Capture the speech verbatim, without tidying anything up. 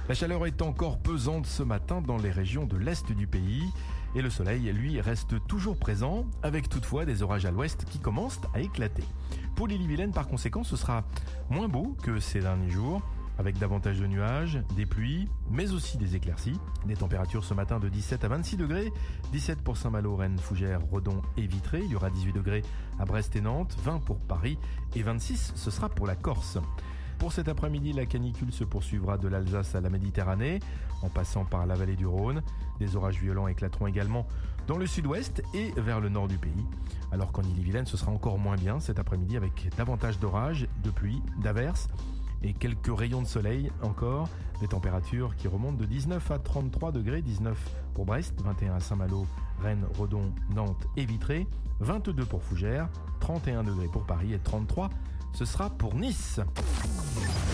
La chaleur est encore pesante ce matin dans les régions de l'est du pays et le soleil, lui, reste toujours présent avec toutefois des orages à l'ouest qui commencent à éclater. Pour l'Ille-et-Vilaine, par conséquent, ce sera moins beau que ces derniers jours avec davantage de nuages, des pluies, mais aussi des éclaircies. Des températures ce matin de dix-sept à vingt-six degrés, dix-sept pour Saint-Malo, Rennes, Fougères, Redon et Vitré. Il y aura dix-huit degrés à Brest et Nantes, vingt pour Paris et vingt-six, ce sera pour la Corse. Pour cet après-midi, la canicule se poursuivra de l'Alsace à la Méditerranée, en passant par la vallée du Rhône. Des orages violents éclateront également dans le sud-ouest et vers le nord du pays. Alors qu'en Ille-et-Vilaine, ce sera encore moins bien cet après-midi avec davantage d'orages, de pluie, d'averses et quelques rayons de soleil encore. Des températures qui remontent de dix-neuf à trente-trois degrés, dix-neuf pour Brest, vingt et un à Saint-Malo, Rennes, Redon, Nantes et Vitré, vingt-deux pour Fougères, trente et un degrés pour Paris et trente-trois, ce sera pour Nice.